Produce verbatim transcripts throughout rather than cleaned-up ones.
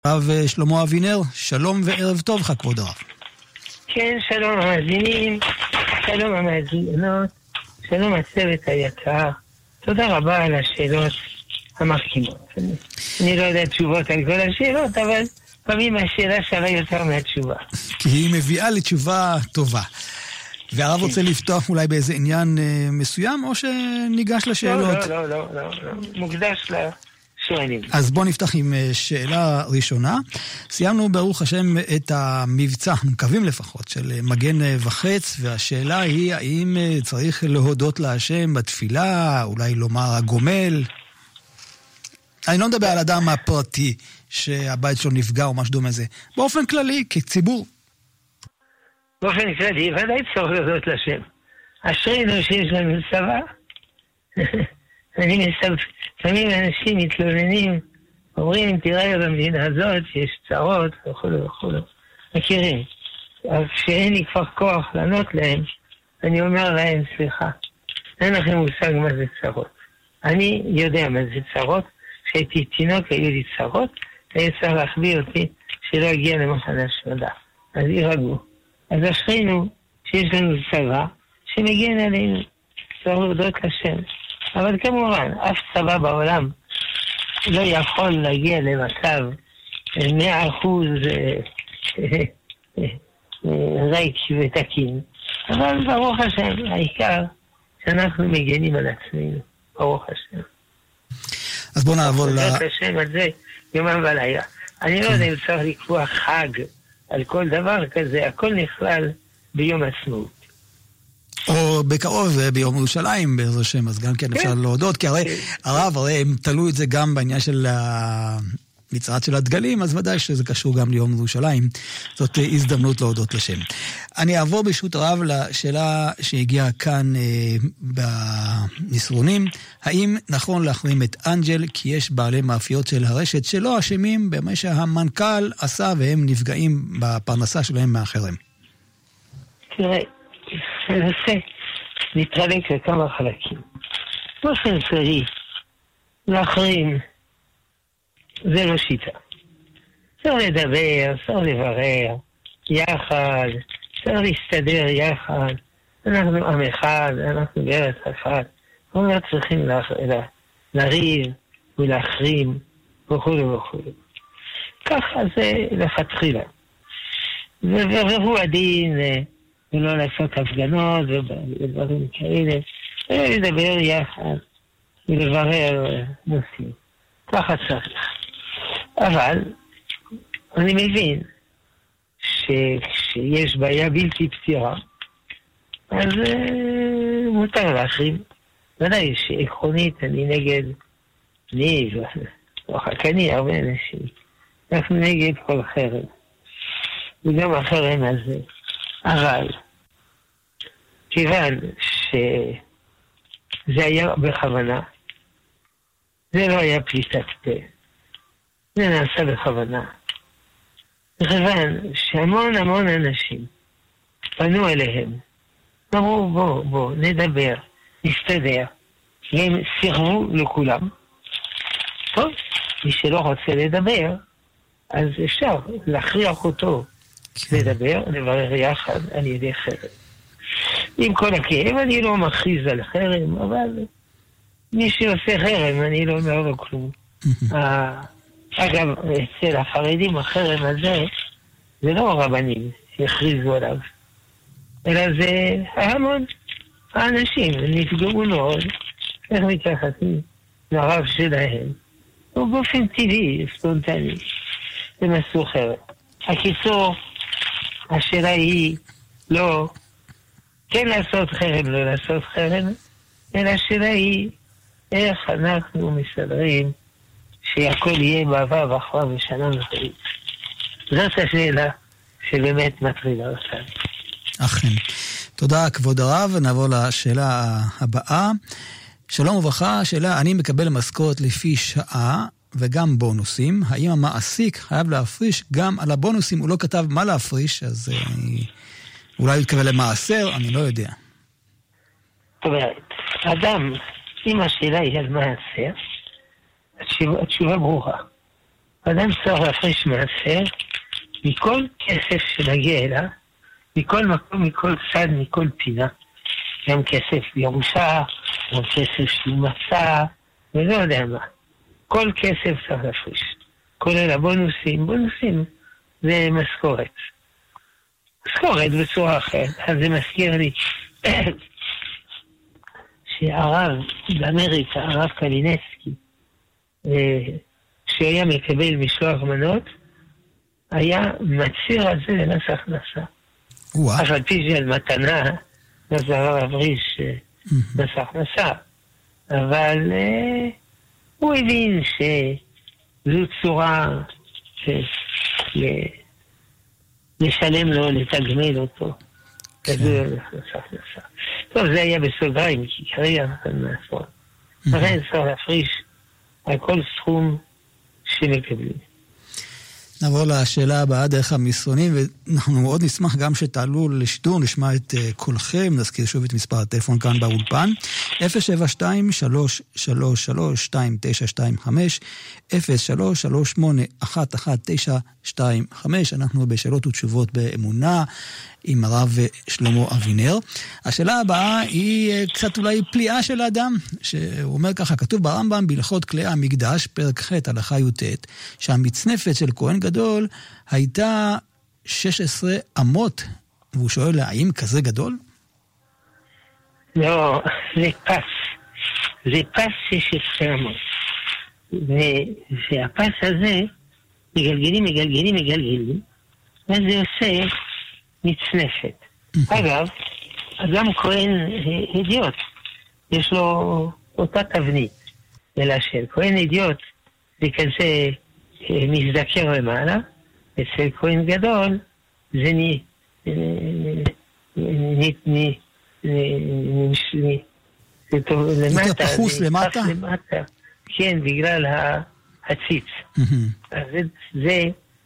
הרב שלמה אבינר, שלום וערב טוב לך כבוד הרב. כן, שלום המאזינים, שלום המאזינות, שלום הצוות היקר. תודה רבה על השאלות המחכימות. אני, אני לא יודע תשובות על כל השאלות, אבל פעמים השאלה שווה יותר מהתשובה. כי היא מביאה לתשובה טובה. והרב כן. רוצה לפתוח אולי באיזה עניין אה, מסוים, או שניגש לשאלות? לא, לא, לא, לא, לא. מוקדש לשואלים. אז בוא נפתח עם שאלה ראשונה. סיימנו ברוך השם את המבצע, מקווים לפחות, של מגן וחץ, והשאלה היא האם צריך להודות להשם בתפילה, אולי לומר הגומל. אני לא מדבר על אדם הפרטי שהבית שלו נפגע או משהו דומה זה. באופן כללי, כציבור. באופן כללי, ודאי צריך להודות להשם. אשרינו שיש לנו צבא. אני מסב... לפעמים אנשים מתלוננים, אומרים, תראה במדינה הזאת שיש צרות וכו' וכו'. מכירים. אז כשאין לי כבר כוח לענות להם, אני אומר להם, סליחה, אין לכם מושג מה זה צרות. אני יודע מה זה צרות. כשהייתי תינוק היו לי צרות, היה צריך להחביא אותי שלא הגיע למחנה השמדה. אז ירגעו. אז אשרינו שיש לנו צבא שמגן עלינו. צריך להודות לשם. אבל כמובן, אף צבא בעולם לא יכול להגיע למצב מאה אחוז ריק ותקין. אבל ברוך השם, העיקר שאנחנו מגנים על עצמנו. ברוך השם. אז בוא נעבור ל... ברוך השם על זה יומם ולילה. אני לא יודע אם צריך לקבוע חג על כל דבר כזה, הכל נכלל ביום עצמאות. או בקרוב ביום ירושלים בעזרת השם, אז גם כן אפשר להודות, כי הרי הרב, הרי הם תלו את זה גם בעניין של המצעד של הדגלים, אז ודאי שזה קשור גם ליום ירושלים. זאת הזדמנות להודות לשם. אני אעבור ברשות הרב לשאלה שהגיעה כאן אה, במסרונים. האם נכון להחרים את אנג'ל, כי יש בעלי מאפיות של הרשת שלא אשמים במה שהמנכ"ל עשה והם נפגעים בפרנסה שלהם מאחרים? תראה, ננסה להתחלק לכמה חלקים. באופן כללי, להחרים זה לא שיטה. צריך לדבר, צריך לברר יחד, צריך להסתדר יחד. אנחנו עם אחד, אנחנו בארץ אחת. אנחנו לא צריכים לריב ולהחרים וכו' וכו'. ככה זה לכתחילה. ובררו הדין ולא לעשות הפגנות ודברים כאלה, ולדבר יחד ולברר נושאים. ככה צריך. אבל אני מבין שכשיש בעיה בלתי פתירה, אז מותר להחרים. ודאי שעקרונית אני נגד, אני וחכני הרבה אנשים, אנחנו נגד כל חרם. וגם החרם הזה. אבל כיוון שזה היה בכוונה, זה לא היה פליטת פה. זה נעשה בכוונה. מכיוון שהמון המון אנשים פנו אליהם, אמרו בוא, בוא, נדבר, נסתדר. והם סירבו לכולם. טוב, מי שלא רוצה לדבר, אז אפשר להכריח אותו לדבר, לברר יחד על ידי חרם. עם כל הכאב, אני לא מכריז על חרם, אבל מי שעושה חרם, אני לא אומר לו כלום. אגב, אצל החרדים החרם הזה, זה לא הרבנים שהכריזו עליו, אלא זה המון האנשים, נפגעו מאוד, איך מתייחסים לרב שלהם, ובאופן טבעי, ספונטני, הם עשו חרם. הקיצור, השאלה היא לא כן לעשות חרם, לא לעשות חרם, אלא השאלה היא איך אנחנו מסתדרים שהכל יהיה בעבר ואחר ושנה וחיים. זאת השאלה שבאמת מטרידה אותנו. אכן. תודה כבוד הרב. נעבור לשאלה הבאה. שלום וברכה, שאלה, אני מקבל משכורת לפי שעה וגם בונוסים. האם המעסיק חייב להפריש גם על הבונוסים? הוא לא כתב מה להפריש, אז אני... אולי הוא יתקבל למעשר, אני לא יודע. זאת אומרת, אדם, אם השאלה היא על מעשר, התשובה, התשובה ברורה. אדם צריך להפריש מעשר מכל כסף שמגיע אליו, מכל מקום, מכל צד, מכל פינה. גם כסף בירושה, גם כסף שהוא מצא, ולא יודע מה. כל כסף צריך להפריש. כולל הבונוסים, בונוסים זה משכורת. משכורת בצורה אחרת. אז זה מזכיר לי שהרב באמריקה, הרב קלינסקי, שהיה מקבל משלוח מנות, היה מציר על זה למס הכנסה. אף על פי של מתנה, אז הרב הפריש מס הכנסה. אבל הוא הבין שזו צורה לשלם לו, לתגמל אותו. כזה מס הכנסה. טוב, זה היה בסוגריים, כי כרגע אנחנו נעשות. לכן צריך להפריש על כל סכום שמקבלים. נעבור לשאלה הבאה דרך המסרונים, ואנחנו מאוד נשמח גם שתעלו לשידור, נשמע את כולכם, נזכיר שוב את מספר הטלפון כאן באולפן, אפס שבע שתיים שלוש שלוש שלוש שתיים תשע שתיים חמש, אפס שלוש שלוש שמונה אחת אחת תשע שתיים חמש, אנחנו בשאלות ותשובות באמונה, עם הרב שלמה אבינר. השאלה הבאה היא קצת אולי פליאה של האדם, שהוא אומר ככה, כתוב ברמב"ם בהלכות כלי המקדש, פרק ח' הלכה י"ט, שהמצנפת של כהן גדול הייתה שש עשרה אמות, והוא שואל, האם כזה גדול? לא, זה פס. זה פס שש עשרה אמות. והפס הזה מגלגלים, מגלגלים, מגלגלים, וזה עושה מצנפת. אגב, אדם כהן אידיוט, יש לו אותה תבנית, אלא של כהן אידיוט זה כזה מזדקר למעלה, אצל כהן גדול זה יותר פחוס למטה? כן, בגלל הציץ. אז זה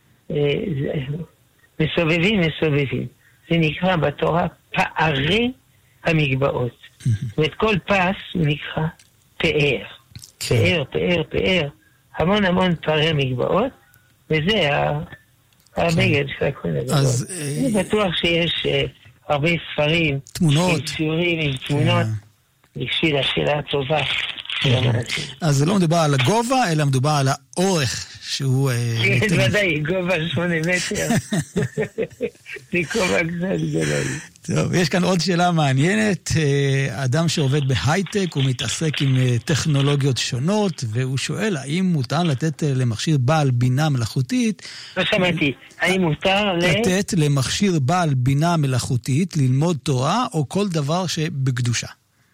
מסובבים, מסובבים. זה נקרא בתורה פערי המגבעות. זאת אומרת, כל פס הוא נקרא פאר. פאר, פאר, פאר. המון המון פערי המגבעות, וזה המגד של הכהן הגדול. אני בטוח שיש הרבה ספרים, תמונות, עם ציורים, עם תמונות, בשביל השאלה הטובה. אז זה לא מדובר על הגובה, אלא מדובר על האורך שהוא... כן, ודאי, גובה שמונה מטר. זה גובה קצת גדולה. טוב, יש כאן עוד שאלה מעניינת. אדם שעובד בהייטק, הוא מתעסק עם טכנולוגיות שונות, והוא שואל, האם מותר לתת למכשיר בעל בינה מלאכותית... לא שמעתי, האם מותר ל... לתת למכשיר בעל בינה מלאכותית ללמוד תורה, או כל דבר שבקדושה?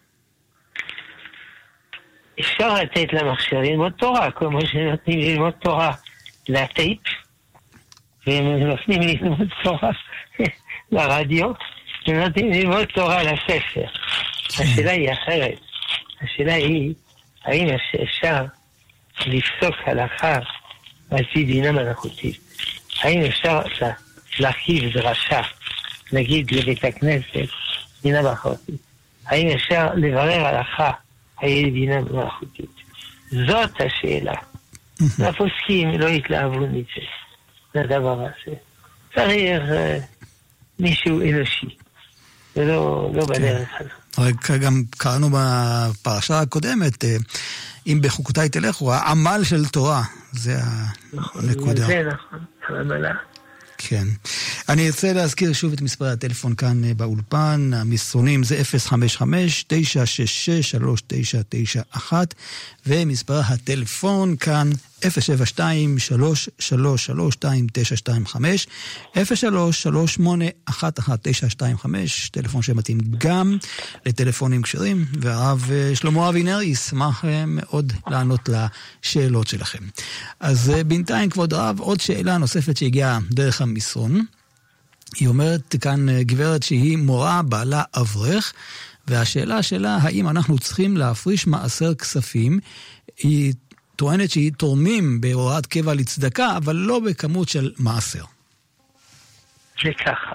אפשר לתת למכשיר ללמוד תורה, כמו שנותנים ללמוד תורה לטייפ, והם נותנים ללמוד תורה לרדיו, ונותנים ללמוד תורה לספר. השאלה היא אחרת. השאלה היא, האם אפשר לפסוק הלכה על פי בינה מלאכותית? האם אפשר להרכיב דרשה, נגיד לבית הכנסת, בינה מלאכותית? האם אפשר לברר הלכה היהיה בינה מלאכותית? זאת השאלה. הפוסקים לא התלהבו מזה, לדבר הזה. צריך מישהו אנושי, ולא בדרך הזאת. גם קראנו בפרשה הקודמת, אם בחוקותיי תלכו, העמל של תורה, זה הנקודה. זה נכון, העמלה. כן. אני ארצה להזכיר שוב את מספרי הטלפון כאן באולפן. המסרונים זה אפס חמש חמש תשע שש שש שלוש תשע תשע אחת, ומספר הטלפון כאן אפס שבע שתיים שלוש שלוש שלוש שתיים תשע שתיים חמש, אפס שלוש שלוש שמונה אחת אחת תשע שתיים חמש, טלפון שמתאים גם לטלפונים כשרים, והרב שלמה אבינר ישמח מאוד לענות לשאלות שלכם. אז בינתיים, כבוד רב, עוד שאלה נוספת שהגיעה דרך המסרון. היא אומרת כאן גברת שהיא מורה בעלה אברך, והשאלה שלה, האם אנחנו צריכים להפריש מעשר כספים? היא טוענת שהיא תורמים בהוראת קבע לצדקה, אבל לא בכמות של מעשר. זה ככה.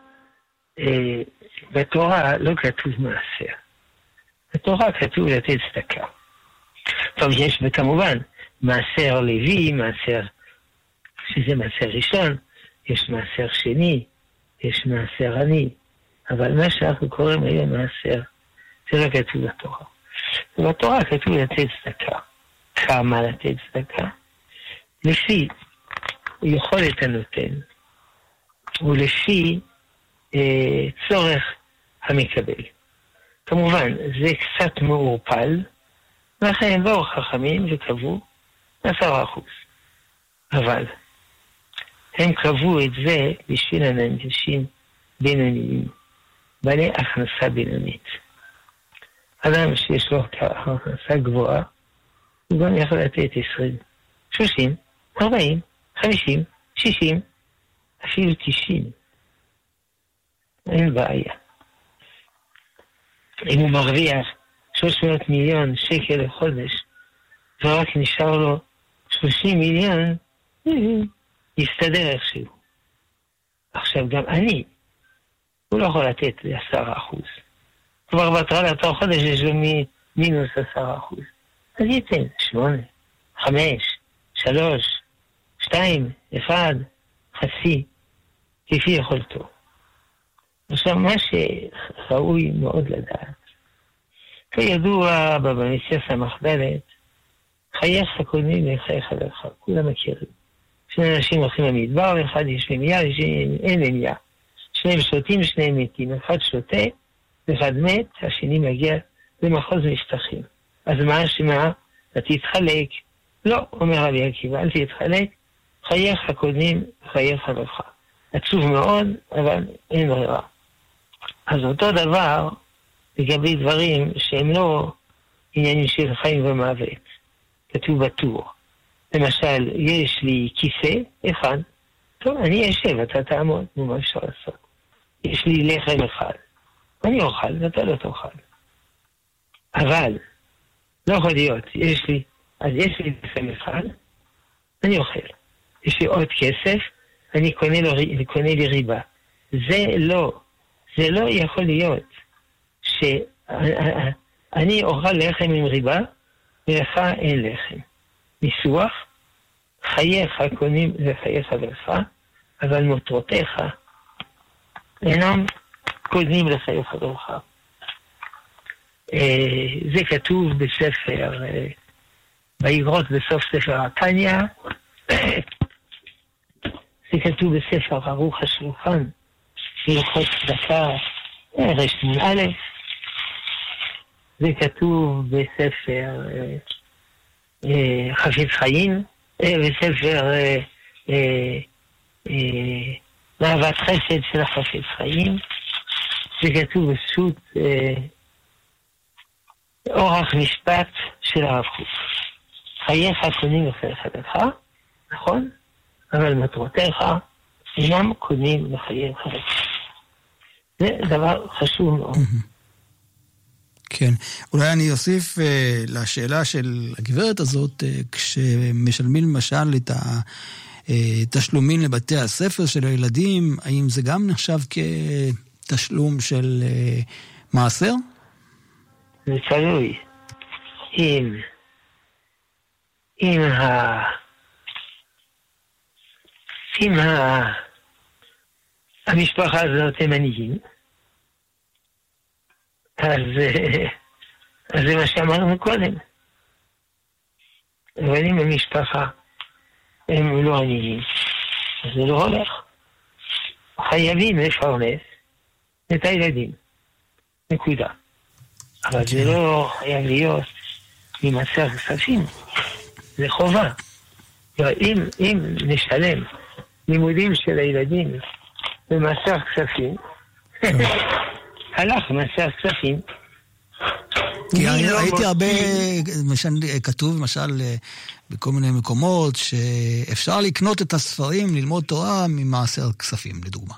בתורה לא כתוב מעשר. בתורה כתוב לתת צדקה. טוב, יש וכמובן מעשר לוי, מעשר שזה מעשר ראשון, יש מעשר שני, יש מעשר עני, אבל מה שאנחנו קוראים היום מעשר, זה לא כתוב בתורה. ובתורה כתוב לתת צדקה. כמה לתת צדקה? לפי יכולת הנותן, ולפי אה, צורך המקבל. כמובן, זה קצת מעורפל, לכן באו חכמים וקבעו עשרה אחוז. אבל הם קבעו את זה בשביל אנשים בינוניים, בעלי הכנסה בינונית. אדם שיש לו הכנסה גבוהה, הוא גם יכול לתת עשרים, שלושים, ארבעים, חמישים, שישים, אפילו תשעים. אין בעיה. אם הוא מרוויח שלוש מאות מיליון שקל לחודש, ורק נשאר לו שלושים מיליון, יסתדר איכשהו. עכשיו גם אני, הוא לא יכול לתת עשרה אחוז. כבר בהתחלת החודש יש לו מינוס עשרה אחוז. אז ייתן שמונה, חמש, שלוש, שתיים, אחד, חצי, כפי יכולתו. עכשיו, מה שראוי מאוד לדעת, כידוע במציאה סמ"ד, חייך הקודמים וחייך חברך, כולם מכירים. שני אנשים הולכים למדבר, אחד יש ממייה, אין ממייה. שניהם שותים, שניהם מתים. אחד שותה, אחד מת, השני מגיע למחוז משטחים. אז מה השמה? אתה תתחלק. לא, אומר רבי עקיבא, אל תתחלק, חייך הקודמים וחייך חברך. עצוב מאוד, אבל אין ברירה. אז אותו דבר לגבי דברים שהם לא עניינים של חיים ומוות. כתוב בטור. למשל, יש לי כיסא, אחד. טוב, אני אשב, אתה תעמוד, נו, מה אפשר לעשות? יש לי לחם אחד. אני אוכל, ואתה לא תאכל. אבל, לא יכול להיות, יש לי, אז יש לי לחם אחד, אני אוכל. יש לי עוד כסף, אני קונה, לו, קונה לי ריבה. זה לא, זה לא יכול להיות שאני אוכל לחם עם ריבה, ולך אין לחם. ניסוח, חייך קונים לחייך חברך, אבל מטרותיך אינם קונים לחייך חברך. זה כתוב בספר, באגרות בסוף ספר התניא, זה כתוב בספר ערוך השולחן, הלכות צדקה, ר"א, זה כתוב בספר חפץ חיים, בספר מאהבת חסד של החפץ חיים, זה כתוב בשו"ת אורח משפט של הרב קוק. חייך קונים לחייך חברך, נכון? אבל מטרותיך אינם קונים לחייך חברך. זה דבר חשוב מאוד. כן, אולי אני אוסיף uh, לשאלה של הגברת הזאת, uh, כשמשלמים למשל את התשלומים לבתי הספר של הילדים, האם זה גם נחשב כתשלום של uh, מעשר? זה תלוי. אם, אם ה... אם ה... המשפחה הזאת הם עניים, אז, אז זה מה שאמרנו קודם. אבל אם המשפחה הם לא עניים, אז זה לא הולך. חייבים לפרנס את הילדים. נקודה. אבל זה לא חייב להיות ממעשר כספים. זה חובה. אם, אם נשלם לימודים של הילדים במעשר כספים, הלך מעשר כספים. כי ראיתי הרבה, כתוב למשל בכל מיני מקומות, שאפשר לקנות את הספרים, ללמוד תורה ממעשר כספים, לדוגמה.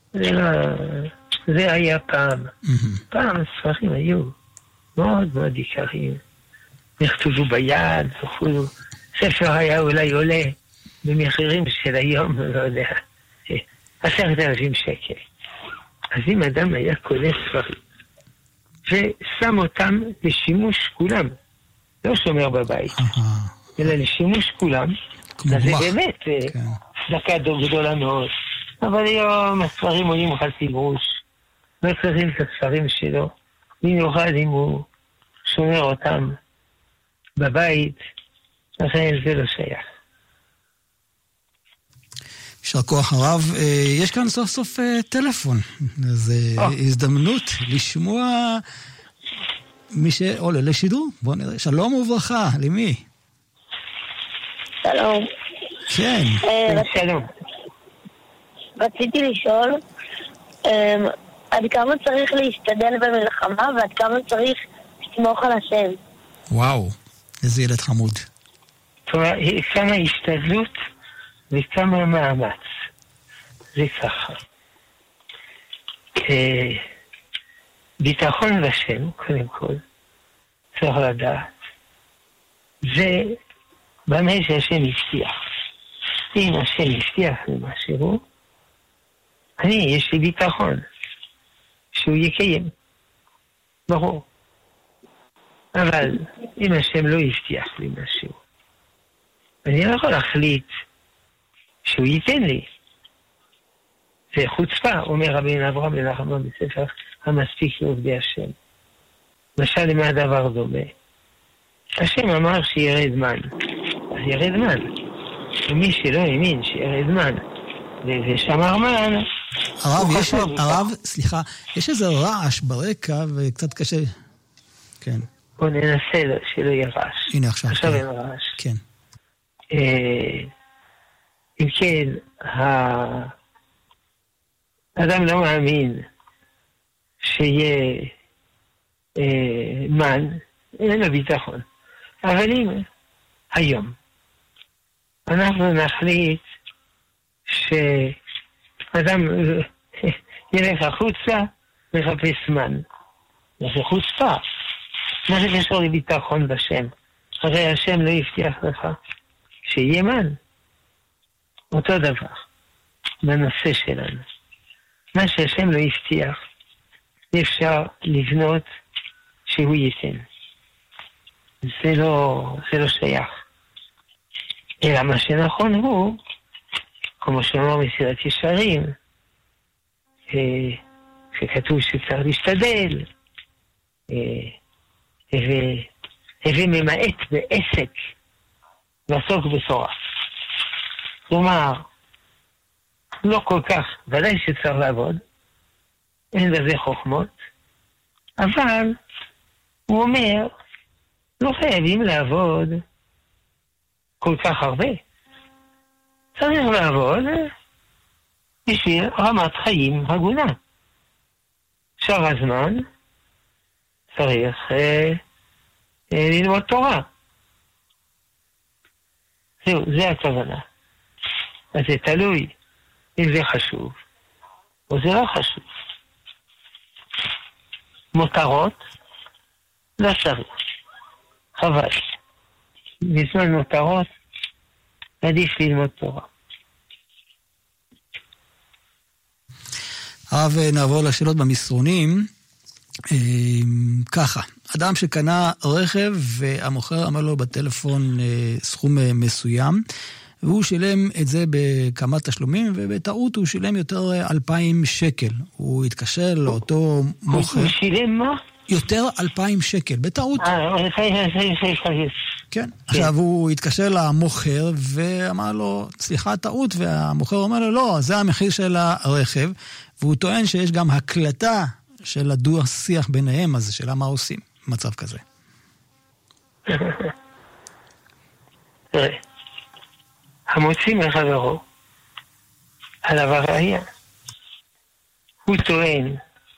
זה היה פעם. פעם הספרים היו מאוד מאוד יקרים. נכתבו ביד, וכולו. ספר היה אולי עולה במחירים של היום, לא יודע, עשרת אלפים שקל. אז אם אדם היה קונה ספרים, ושם אותם לשימוש כולם, לא שומר בבית, אלא לשימוש כולם, אז זה באמת צדקה גדולה מאוד. אבל היום הספרים עולים חצי גרוש. לא צריכים את הספרים שלו. במיוחד אם הוא שומר אותם בבית, לכן זה לא שייך. יישר כוח הרב. יש כאן סוף סוף טלפון. אז הזדמנות לשמוע מי שעולה לשידור. בואו נראה. שלום וברכה. למי? שלום. כן. שלום. רציתי לשאול עד כמה צריך להשתדל במלחמה ועד כמה צריך לסמוך על השם. וואו, איזה ילד חמוד. כמה השתדלות וכמה מאמץ. זה ככה. ביטחון לשם, קודם כל, צריך לדעת. זה במה שהשם הבטיח. אם השם הבטיח למשהו, אני, יש לי ביטחון שהוא יקיים. ברור. אבל אם השם לא הבטיח לי משהו, אני לא יכול להחליט שהוא ייתן לי. זה חוצפה, אומר רבי אברהם בן נחמן בספר המספיק לעובדי השם. משל למה הדבר דומה? השם אמר שירד זמן, אז ירד זמן. ומי שלא האמין שירד זמן ושמר מן, הרב, יש, הרב, סליחה, יש איזה רעש ברקע וקצת קשה. כן. בוא ננסה שלא יהיה רעש. הנה עכשיו. עכשיו כן. אין רעש. כן. אם כן, האדם לא מאמין שיהיה מן, אין לו ביטחון. אבל אם היום אנחנו נחליט שאדם ילך החוצה מחפש מן. זה חוצפה. מה זה קשור לביטחון בשם? הרי השם לא הבטיח לך שיהיה מן. אותו דבר בנושא שלנו. מה שהשם לא הבטיח, אפשר לבנות שהוא ייתן. זה לא, זה לא שייך. אלא מה שנכון הוא, כמו שאומר מסילת ישרים, שכתוב שצריך להשתדל, הווה ממעט בעסק, לעסוק בתורה. כלומר, לא כל כך, ודאי שצריך לעבוד, אין בזה חוכמות, אבל הוא אומר, לא חייבים לעבוד כל כך הרבה. צריך לעבוד בשביל רמת חיים הגונה. שאר הזמן צריך אה, אה, ללמוד תורה. זהו, זה הכוונה. אז זה תלוי אם זה חשוב או זה לא חשוב. מותרות לא צריך. חבל. בזמן מותרות עדיף ללמוד תורה. הרב, נעבור לשאלות במסרונים. ככה, אדם שקנה רכב והמוכר אמר לו בטלפון סכום מסוים, והוא שילם את זה בכמה תשלומים, ובטעות הוא שילם יותר אלפיים שקל. הוא התקשר לאותו מוכר. הוא שילם מה? יותר אלפיים שקל, בטעות. אה, אלפיים שקל. כן. עכשיו הוא התקשר למוכר ואמר לו, סליחה, טעות, והמוכר אומר לו, לא, זה המחיר של הרכב, והוא טוען שיש גם הקלטה של הדוח שיח ביניהם, אז שאלה מה עושים במצב כזה. תראה, המוציא מחברו עליו הראייה. הוא טוען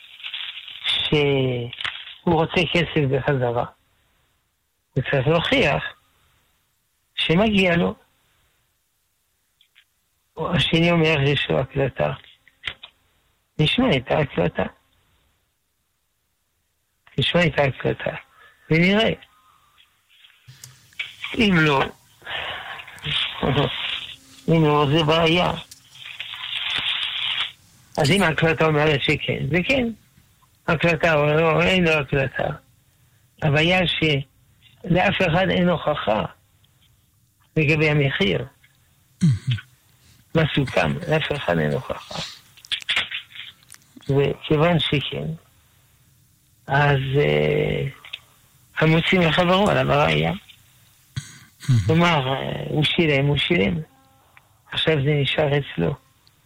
שהוא רוצה כסף בחזרה. הוא צריך להוכיח שמגיע לו. השני אומר יש לו הקלטה. נשמע את ההקלטה. נשמע את ההקלטה. ונראה. אם לא, אם לא, זה בעיה. אז אם ההקלטה אומרת שכן, זה כן. הקלטה או לא, אין לו הקלטה. הבעיה שלאף אחד אין הוכחה לגבי המחיר. בסוכם, אף אחד אין הוכחה. וכיוון שכן, אז uh, המוצאים לחברו עליו הראייה. כלומר, הוא שילם, הוא שילם. עכשיו זה נשאר אצלו.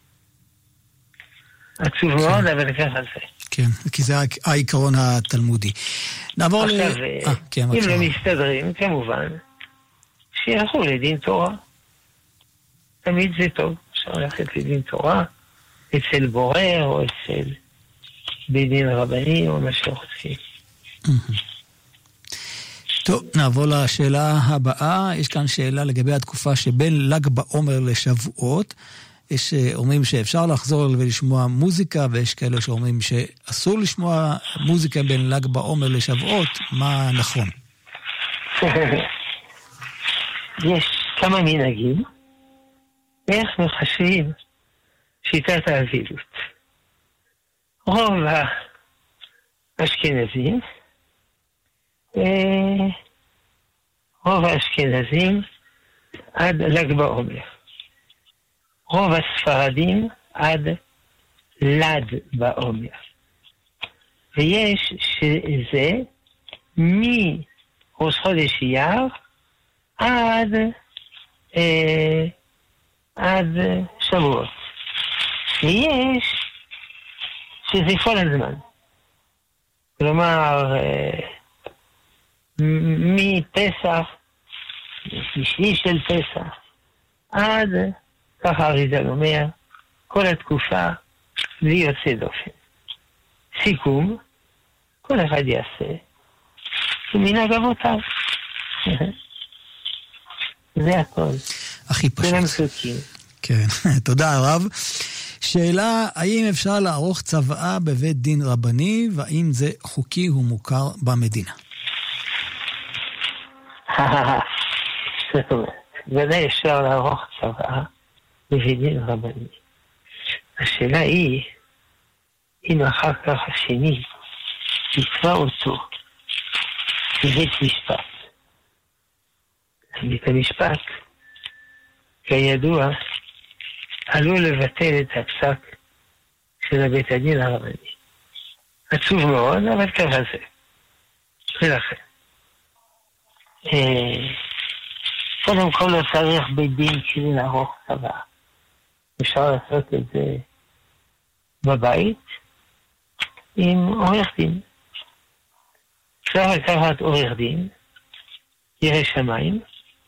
עצוב מאוד, אבל ככה זה. כן, כי זה העיקרון התלמודי. נעבור ל... עכשיו, אם לא מסתדרים, כמובן, שילכו לדין תורה. תמיד זה טוב, אפשר ללכת לדין תורה, אצל בורר או אצל בדין רבני או מה שרוצים. טוב, נעבור לשאלה הבאה. יש כאן שאלה לגבי התקופה שבין ל"ג בעומר לשבועות. יש אומרים שאפשר לחזור ולשמוע מוזיקה, ויש כאלה שאומרים שאסור לשמוע מוזיקה בין ל"ג בעומר לשבועות. מה נכון? יש כמה מנהגים. איך מחשבים שיטת האבילות? רוב האשכנזים, רוב האשכנזים עד ל"ג בעומר. רוב הספרדים עד ל"ד בעומר. ויש שזה מראש חודש אייר עד אה, עד שבועות. ויש שזה כל הזמן. כלומר, אה, מפסח, משלי של פסח, עד, ככה אריזל אומר, כל התקופה בלי יוצא דופן. סיכום, כל אחד יעשה, ומנהג אבותיו. זה הכל. הכי פשוט. כולם צודקים. כן, תודה הרב. שאלה, האם אפשר לערוך צוואה בבית דין רבני, והאם זה חוקי ומוכר במדינה? זאת אומרת, ודאי אפשר לערוך צוואה בבית דין רבני. השאלה היא, אם אחר כך השני יתבע אותו בבית משפט. בית המשפט, כידוע, עלול לבטל את הפסק של הבית הדין הרבני. עצוב מאוד, אבל ככה זה. ולכן. קודם כל לא צריך בית דין כדי לערוך צוואה. אפשר לעשות את זה בבית עם עורך דין. אפשר לקחת עורך דין, ירא שמיים,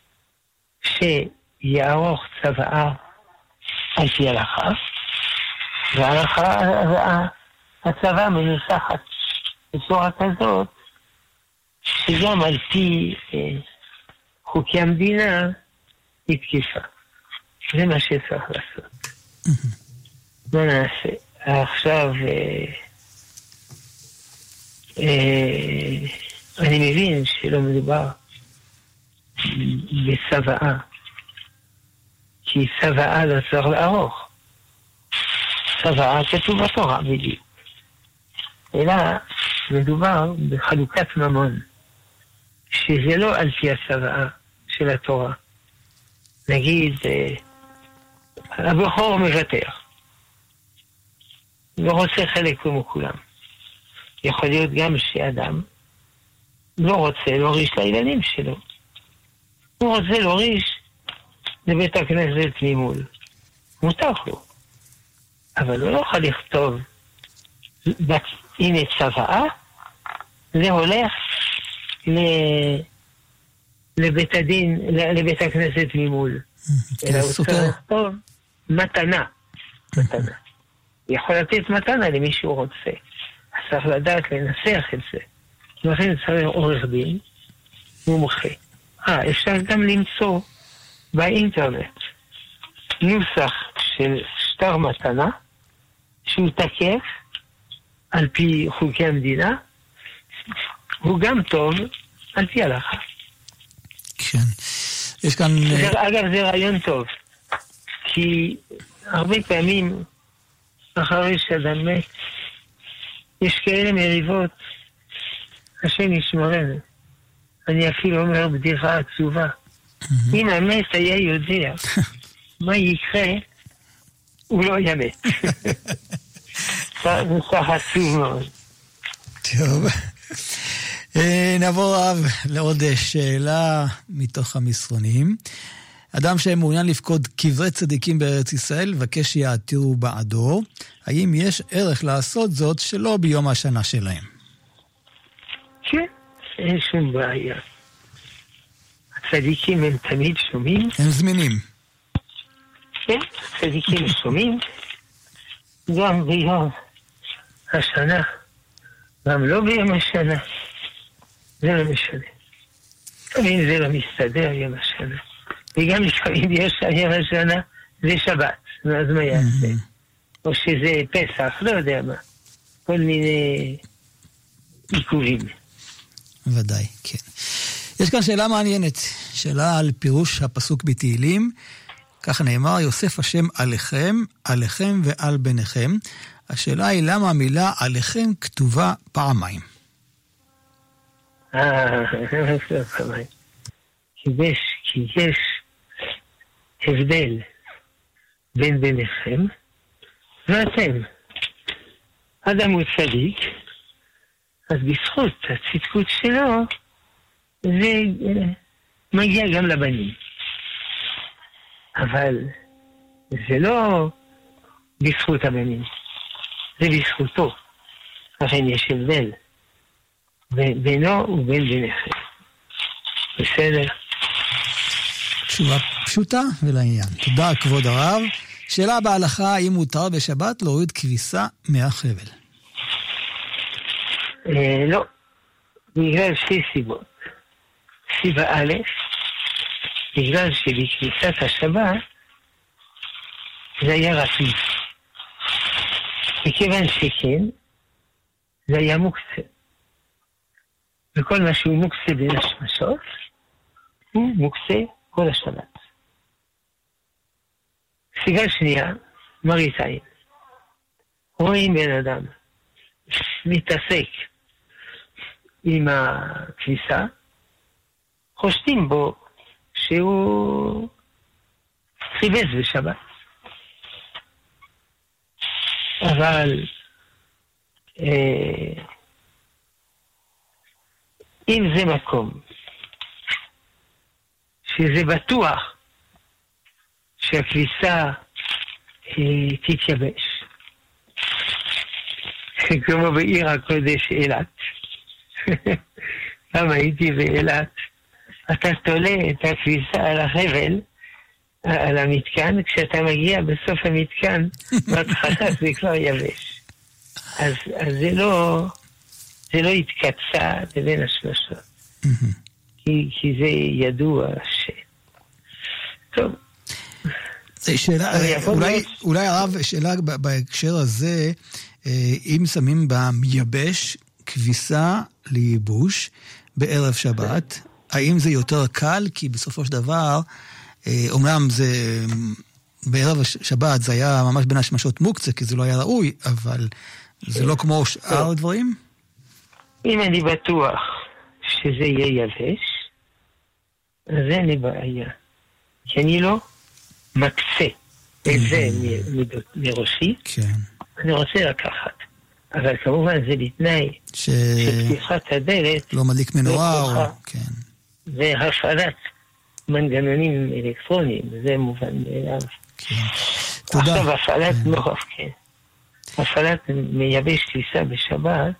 שיערוך צוואה על פי הלכה, וההלכה, הצוואה מנוסחת בצורה כזאת, שגם על פי אה, חוקי המדינה היא תקיפה. זה מה שצריך לעשות. מה נעשה? עכשיו אה, אה, אני מבין שלא מדובר בצוואה, כי צוואה לא צריך לערוך. צוואה כתוב בתורה בדיוק. אלא מדובר בחלוקת ממון, שזה לא על פי הצוואה של התורה. נגיד, הבכור מוותר. לא רוצה חלק כמו כולם. יכול להיות גם שאדם לא רוצה להוריש לילדים שלו. הוא רוצה להוריש לבית הכנסת ממול. מותר לו. אבל הוא לא יכול לכתוב, הנה צוואה, זה הולך לבית הדין, לבית הכנסת ממול. אלא הוא צריך לכתוב מתנה. מתנה. יכול לתת מתנה למי שהוא רוצה. אז צריך לדעת לנסח את זה. לכן צריך עורך דין, מומחה. אה, אפשר גם למצוא באינטרנט נוסח של שטר מתנה, שהוא תקף על פי חוקי המדינה, הוא גם טוב על פי הלכה. כן. יש כאן... אגב, זה רעיון טוב, כי הרבה פעמים אחרי שאדם מת, יש כאלה מריבות, השם ישמרנו. אני אפילו אומר בדיחה עצובה. אם המת היה יודע מה יקרה הוא לא היה מת. זה סך עצוב מאוד. טוב. נעבור רב לעוד שאלה מתוך המסרונים. אדם שמעוניין לפקוד קברי צדיקים בארץ ישראל, מבקש שיעתירו בעדו. האם יש ערך לעשות זאת שלא ביום השנה שלהם? כן, אין שום בעיה. הצדיקים הם תמיד שומעים. הם זמינים. כן, הצדיקים שומעים. גם ביום השנה, גם לא ביום השנה. זה לא משנה. תמיד זה לא מסתדר יום השנה. וגם לפעמים יש יום השנה, זה שבת. אז מה יעשה? או שזה פסח, לא יודע מה. כל מיני עיכובים. ודאי, כן. יש כאן שאלה מעניינת. שאלה על פירוש הפסוק בתהילים. ככה נאמר, יוסף השם עליכם, עליכם ועל בניכם. השאלה היא למה המילה עליכם כתובה פעמיים. אה, פעמיים. כי יש, כי יש הבדל בין ביניכם ואתם. אדם הוא צדיק, אז בזכות הצדקות שלו, זה מגיע גם לבנים. אבל זה לא בזכות הבנים, זה בזכותו. לכן יש הבדל בינו ובין ביניכם. בסדר? תשובה פשוטה ולעניין. תודה כבוד הרב. שאלה בהלכה, האם מותר בשבת להוריד כביסה מהחבל? אה, לא. בגלל שתי סיבות. סיבה א', בגלל שבכניסת השבת זה היה רצוי. וכיוון שכן, זה היה מוקצה. וכל מה שהוא מוקצה בין השמשות, הוא מוקצה כל השבת. סיבה שנייה, מראית עין. רואים בן אדם מתעסק עם הכניסה, חושדים בו שהוא חיבס בשבת. אבל אה, אם זה מקום שזה בטוח שהכביסה אה, תתייבש, כמו בעיר הקודש אילת, למה הייתי באילת, אתה תולה את הכביסה על החבל, על המתקן, כשאתה מגיע בסוף המתקן, בהתחלה זה כבר יבש. אז, אז זה לא, זה לא התקצה לבין השלושות. כי, כי זה ידוע ש... טוב. זה שאלה, אולי, אולי הרב, שאלה בהקשר הזה, אם שמים במייבש כביסה לייבוש בערב שבת, האם זה יותר קל? כי בסופו של דבר, אומנם זה, בערב שבת זה היה ממש בין השמשות מוקצה, כי זה לא היה ראוי, אבל זה לא כמו שאר הדברים? אם אני בטוח שזה יהיה יבש, אז אין לי בעיה. כי אני לא מקצה את זה מראשי, אני רוצה לקחת. אבל כמובן זה בתנאי שפתיחת הדלת לא מדליק מנורה, והפעלת מנגנונים אלקטרוניים, זה מובן מאליו. עכשיו הפעלת נורף, כן. הפעלת מייבש כביסה בשבת,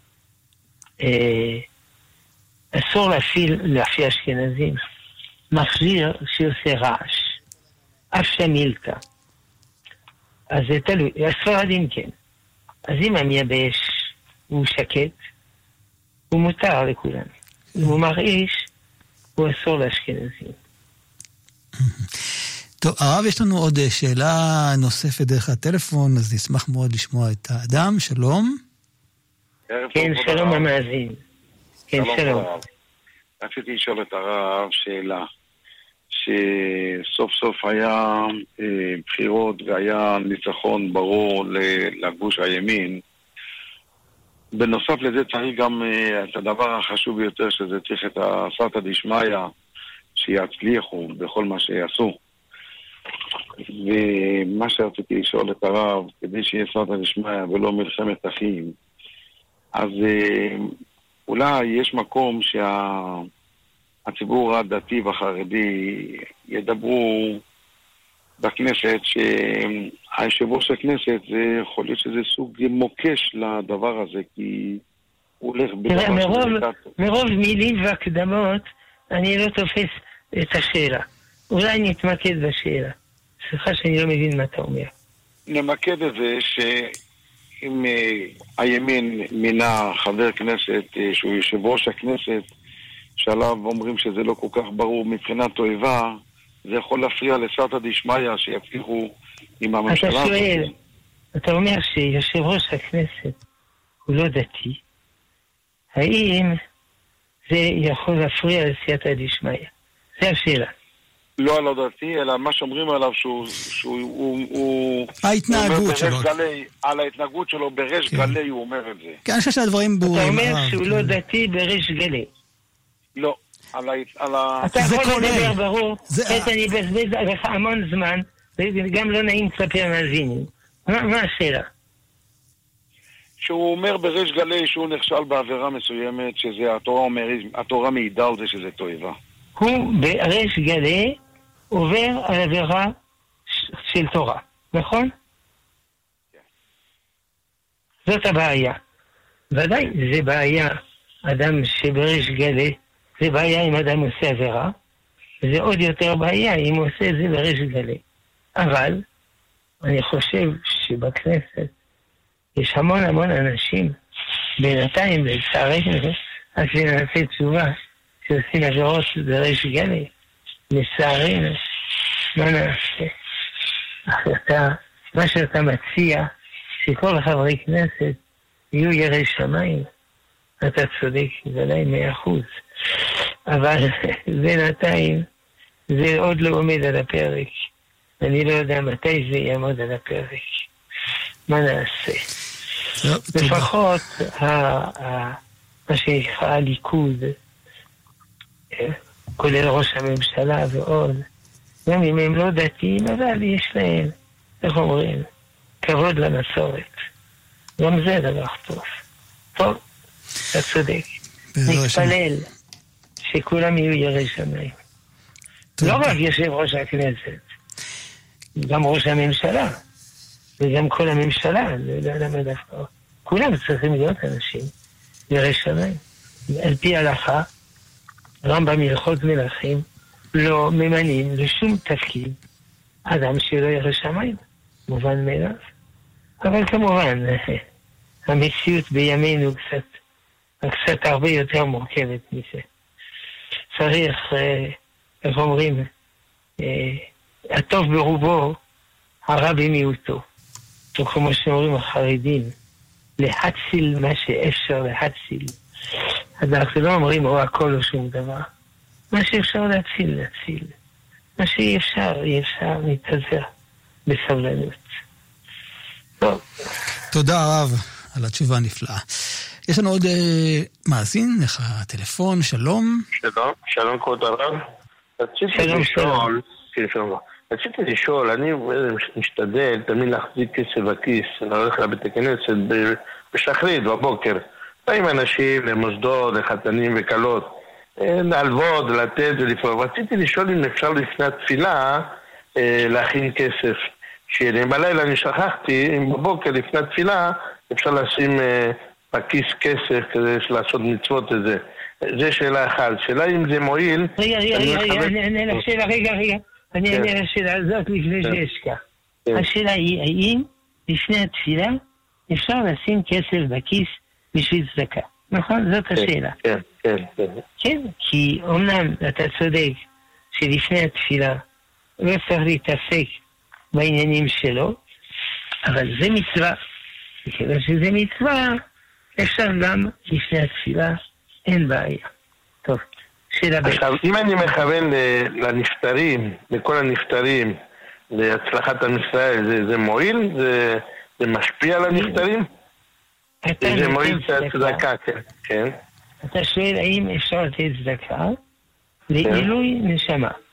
אסור להפעיל, להפעיל אשכנזים, מכשיר שעושה רעש, אף שמילתא. אז זה תלוי, הספרדים כן. אז אם המייבש הוא שקט, הוא מותר לכולם. אם הוא מרעיש, הוא אסור לאשכנזים. טוב, הרב, יש לנו עוד שאלה נוספת דרך הטלפון, אז נשמח מאוד לשמוע את האדם. שלום. כן, שלום המאזין. כן, שלום. רציתי לשאול את הרב שאלה, שסוף סוף היה אה, בחירות והיה ניצחון ברור לגוש הימין. בנוסף לזה צריך גם אה, את הדבר החשוב ביותר, שזה צריך את הסרטא דשמיא שיצליחו בכל מה שיעשו. ומה שרציתי לשאול את הרב, כדי שיהיה סייעתא דשמיא ולא מלחמת אחים, אז אולי יש מקום שהציבור הדתי והחרדי ידברו בכנסת, שהיושב ראש הכנסת, זה יכול להיות שזה סוג מוקש לדבר הזה, כי הוא הולך בדבר... מרוב, מרוב מילים והקדמות, אני לא תופס את השאלה. אולי נתמקד בשאלה. סליחה שאני לא מבין מה אתה אומר. נמקד את זה שאם הימין מינה חבר כנסת שהוא יושב ראש הכנסת, שעליו אומרים שזה לא כל כך ברור מבחינת תועבה, זה יכול להפריע לסייעתא דשמיא שיפתיחו עם הממשלה. אתה שואל, אתה אומר שיושב ראש הכנסת הוא לא דתי, האם זה יכול להפריע לסייעתא דשמיא? זה השאלה. לא על הדתי, אלא מה שאומרים עליו שהוא... שהוא ההתנהגות שלו. גלי, על ההתנהגות שלו בריש כן. גלי הוא אומר את זה. כן, אני חושב שהדברים ברורים. אתה אומר שהוא כן. לא דתי בריש גלי. לא. על ה... על ה... אתה יכול לדבר ברור, את אני בזבז עליך המון זמן, וגם לא נעים כלפי המאזינים. מה, מה השאלה? שהוא אומר בריש גלי שהוא נכשל בעבירה מסוימת, שזה התורה אומר, התורה מעידה על זה שזה תועבה. הוא בריש גלי עובר על עבירה של תורה, נכון? כן. זאת הבעיה. ודאי, זה בעיה, אדם שבריש גלי, זה בעיה אם אדם עושה עבירה, וזה עוד יותר בעיה אם הוא עושה את זה בריש גלי. אבל אני חושב שבכנסת יש המון המון אנשים, בינתיים, לצערנו, אז נעשה תשובה, שעושים עבירות בריש גלי, לצערנו, מה נעשה? אתה, מה שאתה מציע, שכל חברי כנסת יהיו יראי שמיים, אתה צודק, זה לא מאה אחוז. אבל בינתיים זה עוד לא עומד על הפרק. אני לא יודע מתי זה יעמוד על הפרק. מה נעשה? לפחות מה שנקרא הליכוד, כולל ראש הממשלה ועוד, גם אם הם לא דתיים, אבל יש להם, איך אומרים, כבוד למסורת. גם זה דבר טוב. טוב, אתה צודק. נתפלל שכולם יהיו יראי שמיים. לא רק יושב ראש הכנסת, גם ראש הממשלה, וגם כל הממשלה, כולם צריכים להיות אנשים יראי שמיים. על פי ההלכה, רמב"ם הלכות מלכים, לא ממנים לשום תפקיד אדם שלא ירא שמיים, מובן מאליו. אבל כמובן, המציאות בימינו קצת, קצת הרבה יותר מורכבת מזה. צריך, איך אומרים, הטוב ברובו, הרע במיעוטו. וכמו שאומרים החרדים, להציל מה שאפשר להציל. אז אנחנו לא אומרים או הכל או שום דבר. מה שאפשר להציל, להציל. מה שאי אפשר, אי אפשר להתאזר בסבלנות. טוב. תודה רב על התשובה הנפלאה. יש לנו עוד אה, מאזין, לך טלפון, שלום. שלום, שלום כבוד הרב. רציתי לשאול, רציתי לשאול, אני משתדל תמיד להחזיק כסף בכיס, אני הולך לבית הכנסת בשחרית בבוקר, באים אנשים למוסדות, לחתנים וקלות, להלוות, לתת ולפעול. רציתי לשאול אם אפשר לפני התפילה להכין כסף. שבלילה אני שכחתי, אם בבוקר לפני התפילה אפשר לשים בכיס כסף כדי לעשות מצוות את זה. זה שאלה אחת. שאלה אם זה מועיל... רגע, רגע, רגע, אני אענה לשאלה, רגע, רגע. אני אענה לשאלה הזאת לפני שאשכח. השאלה היא, האם לפני התפילה אפשר לשים כסף בכיס בשביל צדקה? נכון? זאת השאלה. כן, כן, כן. כן, כי אומנם אתה צודק שלפני התפילה לא צריך להתעסק בעניינים שלו, אבל זה מצווה. וכיוון שזה מצווה, אפשר גם לפני התפילה, אין בעיה. טוב, שאלה בית. עכשיו, אם אני מכוון לנפטרים, לכל הנפטרים, להצלחת עם ישראל, זה, זה מועיל? זה, זה משפיע על הנפטרים? זה מועיל צדקה, כן, כן. אתה שואל האם אפשר לתת צדקה לעילוי נשמה.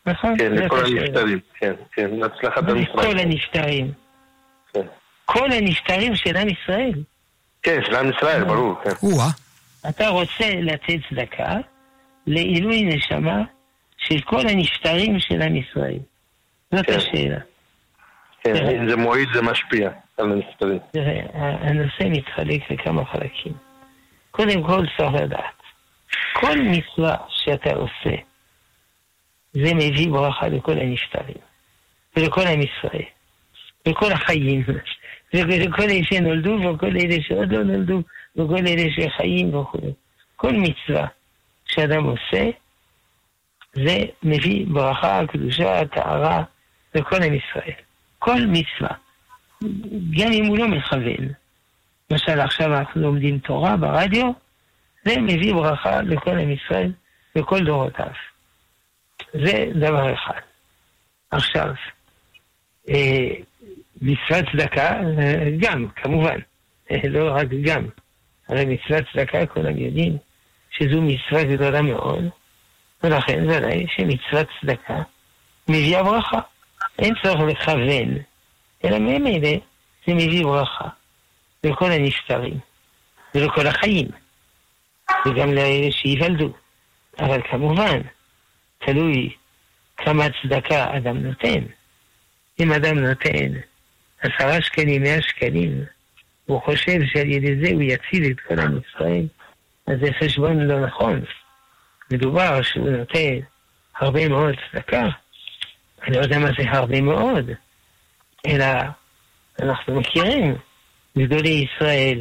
נכון? כן, לכל הנפטרים, כן, כן, להצלחת עם ישראל. כל הנפטרים. כן. כל הנפטרים של עם ישראל. כן, של עם ישראל, ברור, כן. וואה. אתה רוצה לתת צדקה לעילוי נשמה של כל הנפטרים של עם ישראל. זאת השאלה. כן, אם זה מועיל זה משפיע על הנפטרים. תראה, הנושא מתחלק לכמה חלקים. קודם כל צריך לדעת, כל מצווה שאתה עושה, זה מביא ברכה לכל הנפטרים, ולכל עם ישראל, לכל החיים, ולכל אלה שנולדו, וכל אלה שעוד לא נולדו, וכל אלה שחיים וכו'. כל מצווה שאדם עושה, זה מביא ברכה, קדושה, טהרה, לכל עם ישראל. כל מצווה, גם אם הוא לא מכוון. למשל, עכשיו אנחנו לומדים תורה ברדיו, זה מביא ברכה לכל עם ישראל, לכל דורותיו. זה דבר אחד. עכשיו, אה, מצוות צדקה, גם, כמובן, לא רק גם. הרי מצוות צדקה, כולם יודעים שזו מצווה גדולה מאוד, ולכן ודאי שמצוות צדקה מביאה ברכה. אין צורך לכוון, אלא ממילא זה מביא ברכה לכל הנפטרים ולכל החיים, וגם לאלה שיוולדו. אבל כמובן, תלוי כמה צדקה אדם נותן. אם אדם נותן עשרה שקלים, מאה שקלים, הוא חושב שעל ידי זה הוא יציל את כל עם ישראל, אז זה חשבון לא נכון. מדובר שהוא נותן הרבה מאוד צדקה, אני לא יודע מה זה הרבה מאוד, אלא אנחנו מכירים גדולי ישראל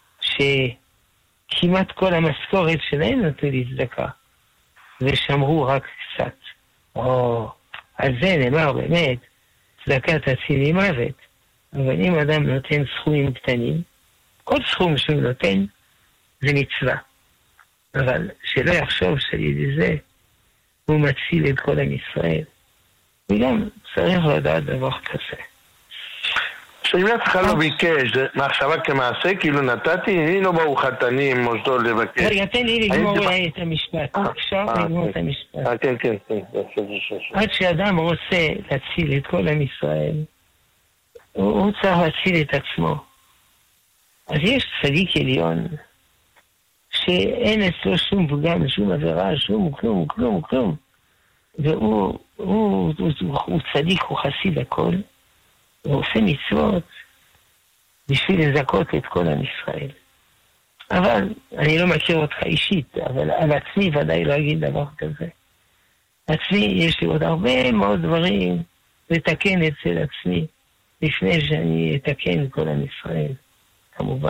שכמעט כל המשכורת שלהם נתנו לצדקה ושמרו רק קצת. או על זה נאמר באמת, צדקה תציל ממוות. אבל אם אדם נותן סכומים קטנים, כל סכום שהוא נותן זה מצווה. אבל שלא יחשוב שעל ידי זה הוא מציל את כל עם ישראל. וגם צריך לדעת דבר כזה. שאם אצלך לא ביקש, זה מחשבה כמעשה, כאילו נתתי, אני לא באו חתנים, מוסדות לבקש. רגע, תן לי לגמור אולי את המשפט. אפשר לגמור את המשפט. כן, כן, כן. עד שאדם רוצה להציל את כל עם ישראל, הוא צריך להציל את עצמו. אז יש צדיק עליון, שאין אצלו שום פגם, שום עבירה, שום כלום, כלום, כלום. והוא הוא, הוא, הוא, הוא צדיק, הוא חסיד הכל, הוא עושה מצוות בשביל לזכות את כל עם ישראל. אבל אני לא מכיר אותך אישית, אבל על עצמי ודאי לא אגיד דבר כזה. עצמי יש לי עוד הרבה מאוד דברים לתקן אצל עצמי, לפני שאני אתקן כל עם ישראל, כמובן.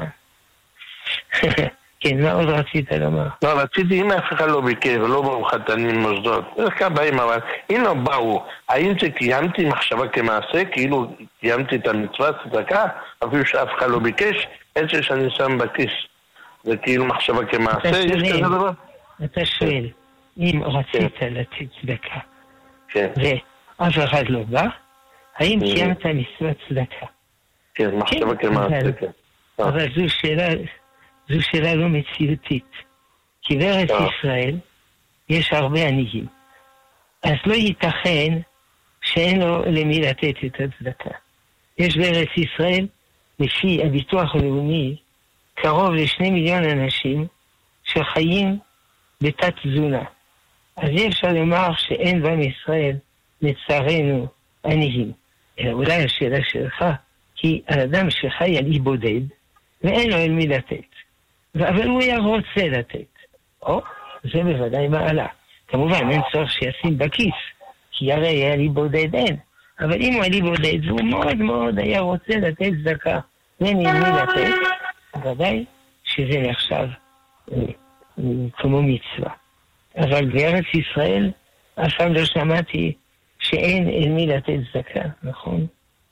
כן, מה עוד רצית לומר? לא, רציתי, אם אף אחד לא ביקר, לא באו חתנים מוסדות, איך כך באים, אבל אם לא באו, האם זה קיימתי מחשבה כמעשה, כאילו קיימתי את המצוות צדקה, אפילו שאף אחד לא ביקש, איזה שאני שם בכיס, זה כאילו מחשבה כמעשה, יש כזה דבר? אתה שואל, אם רצית לתת צדקה, ואף אחד לא בא, האם קיימת מצוות צדקה? כן, מחשבה כמעשה, כן. אבל זו שאלה... זו שאלה לא מציאותית. כי בארץ ישראל יש הרבה עניים. אז לא ייתכן שאין לו למי לתת את הצדקה. יש בארץ ישראל, לפי הביטוח הלאומי, קרוב לשני מיליון אנשים שחיים בתת תזונה. אז אי אפשר לומר שאין בעם ישראל לצערנו עניים. אלא אולי השאלה שלך היא על אדם שחי על אי בודד ואין לו אל מי לתת. אבל הוא היה רוצה לתת. או, זה בוודאי מעלה. כמובן, אין צורך שישים בכיס, כי הרי היה לי בודד אין. אבל אם הוא היה לי בודד, והוא מאוד מאוד היה רוצה לתת צדקה, ואין לי מי לתת, בוודאי שזה נחשב כמו מצווה. אבל בארץ ישראל, אף פעם לא שמעתי שאין אל מי לתת צדקה, נכון?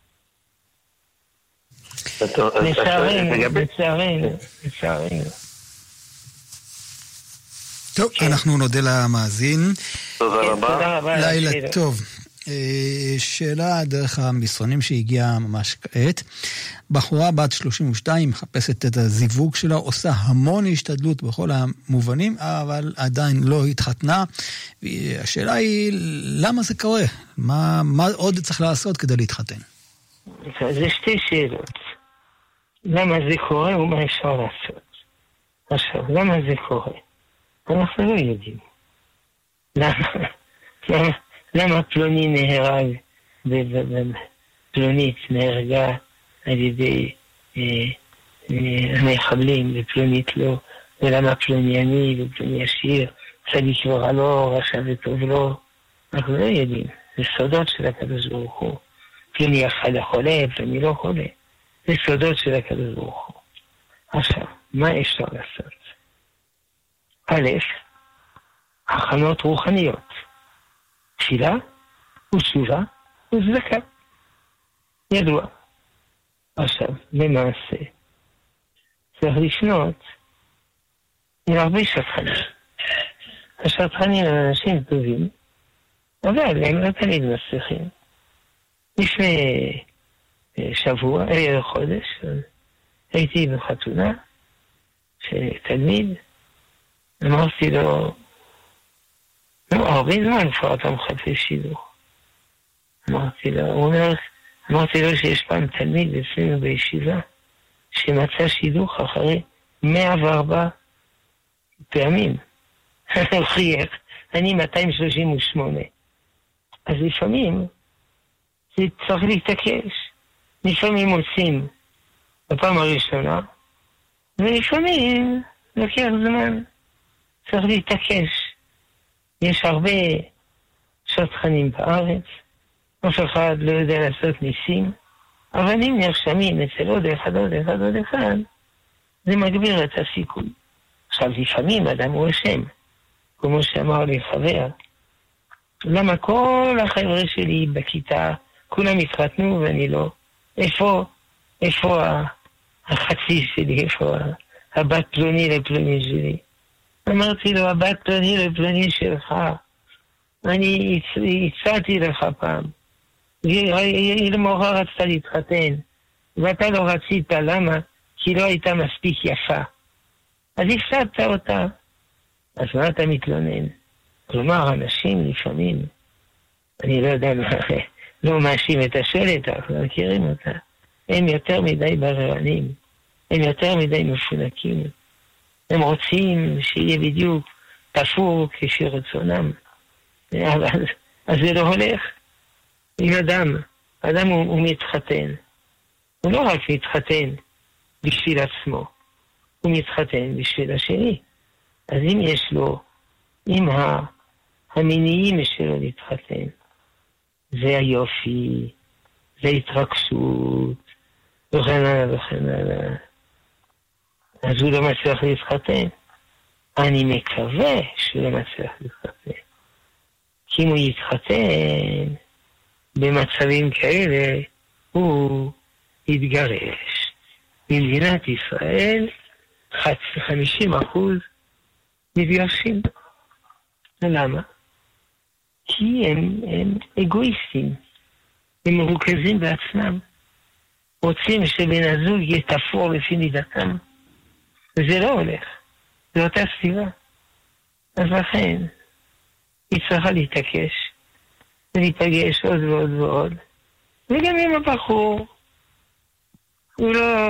לצערנו, לצערנו, לצערנו. טוב, אנחנו נודה למאזין. תודה רבה. לילה טוב. שאלה דרך המסרונים שהגיעה ממש כעת. בחורה בת שלושים ושתיים מחפשת את הזיווג שלה, עושה המון השתדלות בכל המובנים, אבל עדיין לא התחתנה. השאלה היא, למה זה קורה? מה, מה עוד צריך לעשות כדי להתחתן? זה שתי שאלות. למה זה קורה ומה אפשר לעשות? עכשיו, למה זה קורה? אנחנו לא יודעים. למה? למה? למה פלוני נהרג, פלונית נהרגה על ידי המחבלים, ופלונית לא, ולמה פלוני עני ופלוני עשיר, צדיק ורע רשע וטוב לו, אנחנו לא יודעים. זה סודות של הקדוש ברוך הוא. פלוני אחד החולה, פלוני לא חולה. זה סודות של הקדוש ברוך הוא. עכשיו, מה אפשר לעשות? א', הכנות רוחניות. תפילה ותשובה וצדקה. ידוע. עכשיו, למעשה, צריך לפנות עם הרבה שטחנים. השטחנים הם אנשים טובים, אבל הם לא תמיד מצליחים. לפני שבוע, אלה חודש, הייתי בחתונה של תלמיד, אמרתי לו, לא, הרבה זמן כבר אתה מחפש שידוך. אמרתי לו, הוא אומר, אמרתי לו שיש פעם תלמיד אצלנו בישיבה, שמצא שידוך אחרי מאה וארבע פעמים. הוכיח, אני מאתיים שלושים ושמונה. אז לפעמים, זה צריך להתעקש. לפעמים מוצאים בפעם הראשונה, ולפעמים לוקח זמן. צריך להתעקש. יש הרבה שטחנים בארץ, אף אחד לא יודע לעשות ניסים, אבל אם נרשמים אצל עוד אחד, עוד אחד, עוד אחד, זה מגביר את הסיכוי. עכשיו, לפעמים אדם הוא אשם, כמו שאמר לי חבר, למה כל החבר'ה שלי בכיתה, כולם התחתנו ואני לא, איפה, איפה החצי שלי, איפה הבת פלוני לפלוני שלי? אמרתי לו, הבת פלוני לפלוני שלך, אני הצעתי לך פעם, היא למורה רצתה להתחתן, ואתה לא רצית, למה? כי לא הייתה מספיק יפה. אז הפסדת אותה. אז מה אתה מתלונן? כלומר, אנשים לפעמים, אני לא יודע, לא מאשים את השלט, אנחנו מכירים אותה, הם יותר מדי בררנים, הם יותר מדי מפונקים, הם רוצים שיהיה בדיוק תפור כשרצונם. אבל, אז זה לא הולך. אם אדם, אדם הוא, הוא מתחתן, הוא לא רק מתחתן בשביל עצמו, הוא מתחתן בשביל השני. אז אם יש לו, אם המניעים שלו להתחתן, זה היופי, זה התרגשות, וכן הלאה וכן הלאה. אז הוא לא מצליח להתחתן. אני מקווה שהוא לא מצליח להתחתן. כי אם הוא יתחתן, במצבים כאלה, הוא יתגרש. במדינת ישראל, חמישים אחוז מתגרשים. למה? כי הם, הם אגואיסטים. הם מרוכזים בעצמם. רוצים שבן הזוג יתפור לפי מידתם. וזה לא הולך. זו אותה סיבה. אז לכן, היא צריכה להתעקש. ולהיפגש עוד ועוד ועוד. וגם עם הבחור, הוא לא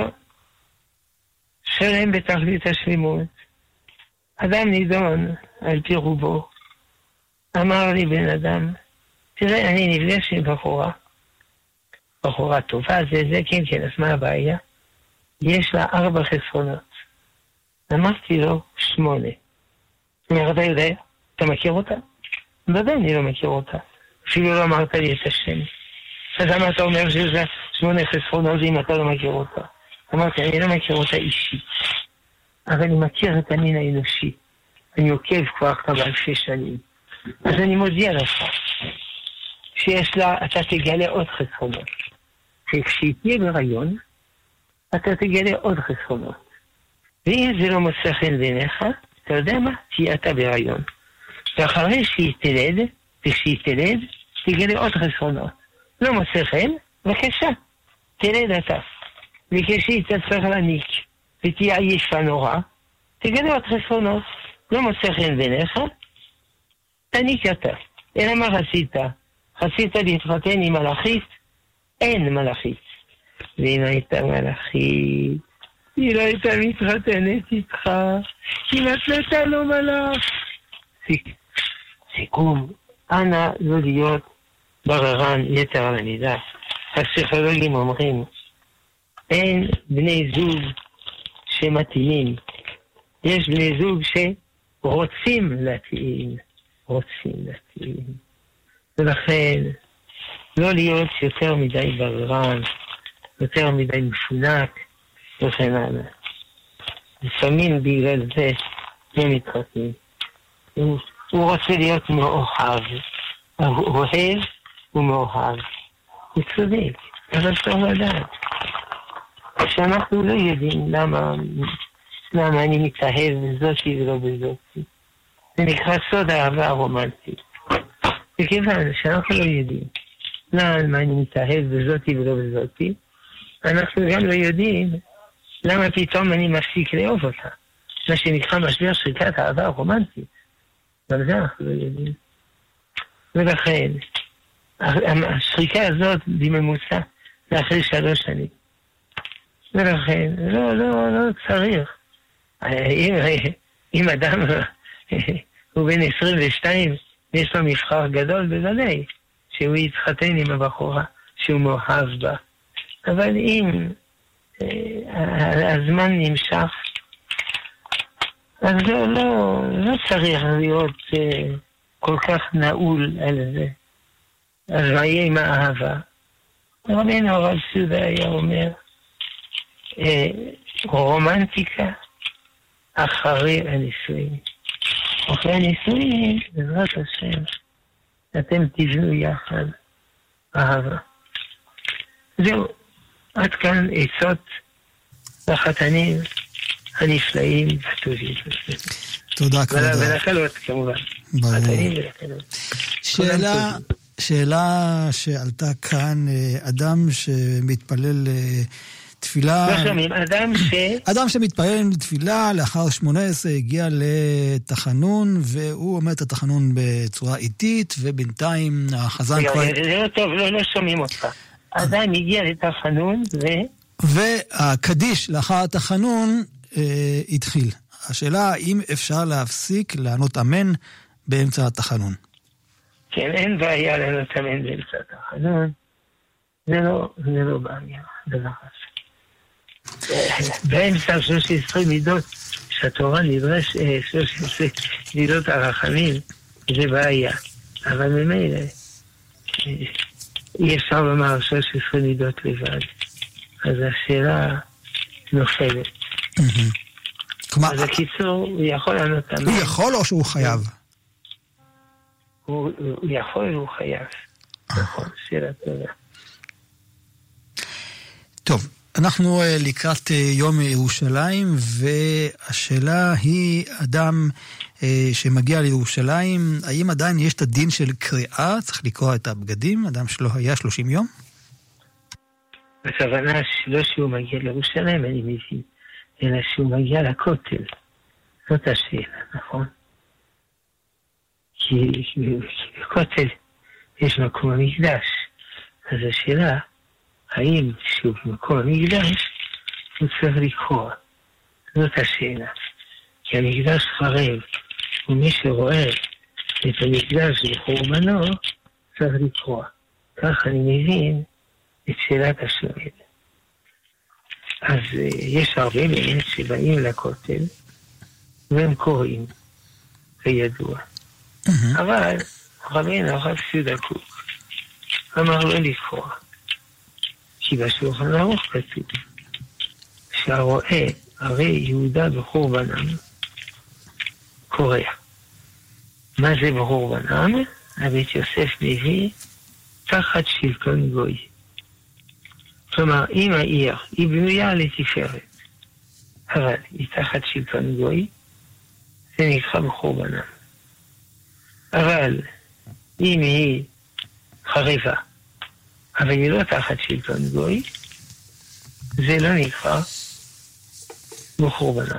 שלם בתכלית השלימות. אדם נידון על פי רובו. אמר לי בן אדם, תראה, אני נפגש עם בחורה. בחורה טובה, זה זה, כן, כן, אז מה הבעיה? יש לה ארבע חסרונות. אמרתי לו, שמונה. הוא אומר, אתה יודע, אתה מכיר אותה? בוודאי, אני לא מכיר אותה. אפילו לא אמרת לי את השם. אז למה אתה אומר שזה שמונה חסרונות אם אתה לא מכיר אותה? אמרתי, אני לא מכיר אותה אישית. אבל אני מכיר את המין האנושי. אני עוקב כבר כמה אלפי שנים. אז אני מודיע לך, שיש לה, אתה תגלה עוד חסרונות. וכשהיא תהיה בהיריון, אתה תגלה עוד חסרונות. ואם זה לא מוצא חן בעיניך, אתה יודע מה? תהיה אתה בהיריון. ואחרי שהיא תלד, וכשהיא תלד, תגלה עוד חסרונות. לא מוצא חן, בבקשה, תלד אתה. וכשהיא תצטרך להניק ותהיה עייפה נורא, תגלה עוד חסרונות. לא מוצא חן בעיניך, תניק אתה. אלא מה רצית? רצית להתחתן עם מלאכית? אין מלאכית. ואם הייתה מלאכית, היא לא הייתה מתחתנת איתך, היא נתנתה לו מלאך. סיכום, אנא לא להיות בררן יתר על המידה. הפסיכולוגים אומרים, אין בני זוג שמתאימים. יש בני זוג שרוצים להתאים, רוצים להתאים. ולכן, לא להיות יותר מדי בררן, יותר מדי מפונק, וכן הלאה. לפעמים בגלל זה לא מתחתנים. הוא, הוא רוצה להיות מאוהב. הוא אוהב ומאוהב. הוא צודק, אבל צריך לדעת. שאנחנו לא יודעים למה, למה אני מתאהב בזאתי ולא בזאתי. זה נקרא סוד האהבה הרומנטית. וכיוון שאנחנו לא יודעים למה אני מתאהב בזאתי ולא בזאתי, אנחנו גם לא יודעים למה פתאום אני מפסיק לאהוב אותה. מה שנקרא משבר שריקת האהבה הרומנטית. גם זה אנחנו לא יודעים. ולכן, השריקה הזאת בממוצע זה אחרי שלוש שנים. ולכן, לא, לא, לא צריך. אם, אם אדם הוא בן עשרים ושתיים, יש לו מבחר גדול בוודאי, שהוא יתחתן עם הבחורה שהוא מאוהב בה. אבל אם אה, הזמן נמשך, אז לא, לא, לא צריך להיות אה, כל כך נעול על זה. אז מה יהיה עם האהבה? רבינו הרב סודה היה אומר, אה, רומנטיקה אחרי הנישואים. אחרי הנישואים, בעזרת השם, אתם תבנו יחד אהבה. זהו, עד כאן עצות לחתנים הנפלאים והטובים. תודה כבודה. ולחלות כמובן. חתנים ולחלות. שאלה, שאלה שעלתה כאן, אדם שמתפלל תפילה... לא שומעים, אדם ש... אדם שמתפלל תפילה, לאחר שמונה עשרה הגיע לתחנון, והוא אומר את התחנון בצורה איטית, ובינתיים החזן כבר... זה לא טוב, לא שומעים אותך. אדם הגיע לתחנון, ו... והקדיש לאחר התחנון אה, התחיל. השאלה, האם אפשר להפסיק לענות אמן באמצע התחנון? כן, אין בעיה לענות אמן באמצע התחנון. זה לא, זה לא בעיה, דבר הזה. באמצע שלוש עשרה מידות שהתורה נדרש, שלוש עשרה מידות הרחמים, זה בעיה. אבל ממילא, אי אפשר לומר שלוש עשרה מידות לבד. אז השאלה נופלת. אז הקיצור, הוא יכול לענות אמן. הוא יכול או שהוא חייב? הוא יכול והוא חייב. נכון, שאלה טובה. טוב, אנחנו לקראת יום ירושלים, והשאלה היא, אדם שמגיע לירושלים, האם עדיין יש את הדין של קריאה? צריך לקרוא את הבגדים, אדם שלא היה שלושים יום? הכוונה שלא שהוא מגיע לירושלים, אני מבין, אלא שהוא מגיע לכותל. זאת השאלה, נכון? כי בכותל יש מקום המקדש. אז השאלה, האם שהוא במקום המקדש, הוא צריך לקרוא. זאת השאלה. כי המקדש חרב, ומי שרואה את המקדש בחורבנו, צריך לקרוא. כך אני מבין את שאלת השואל. אז יש הרבה באמת שבאים לכותל, והם קוראים, כידוע. אבל רבינו הרב סודה קוק אמר לא לקרוא. כי בשולחן ערוך כתוב שהרואה הרי יהודה בחורבנם קורא. מה זה בחורבנם? הבית יוסף מביא תחת שלטון גוי. כלומר, אם העיר היא בנויה לתפארת, אבל היא תחת שלטון גוי, זה נקרא בחורבנם. אבל אם היא חריבה, אבל היא לא תחת שלטון גוי, זה לא נקרא בחורבנה.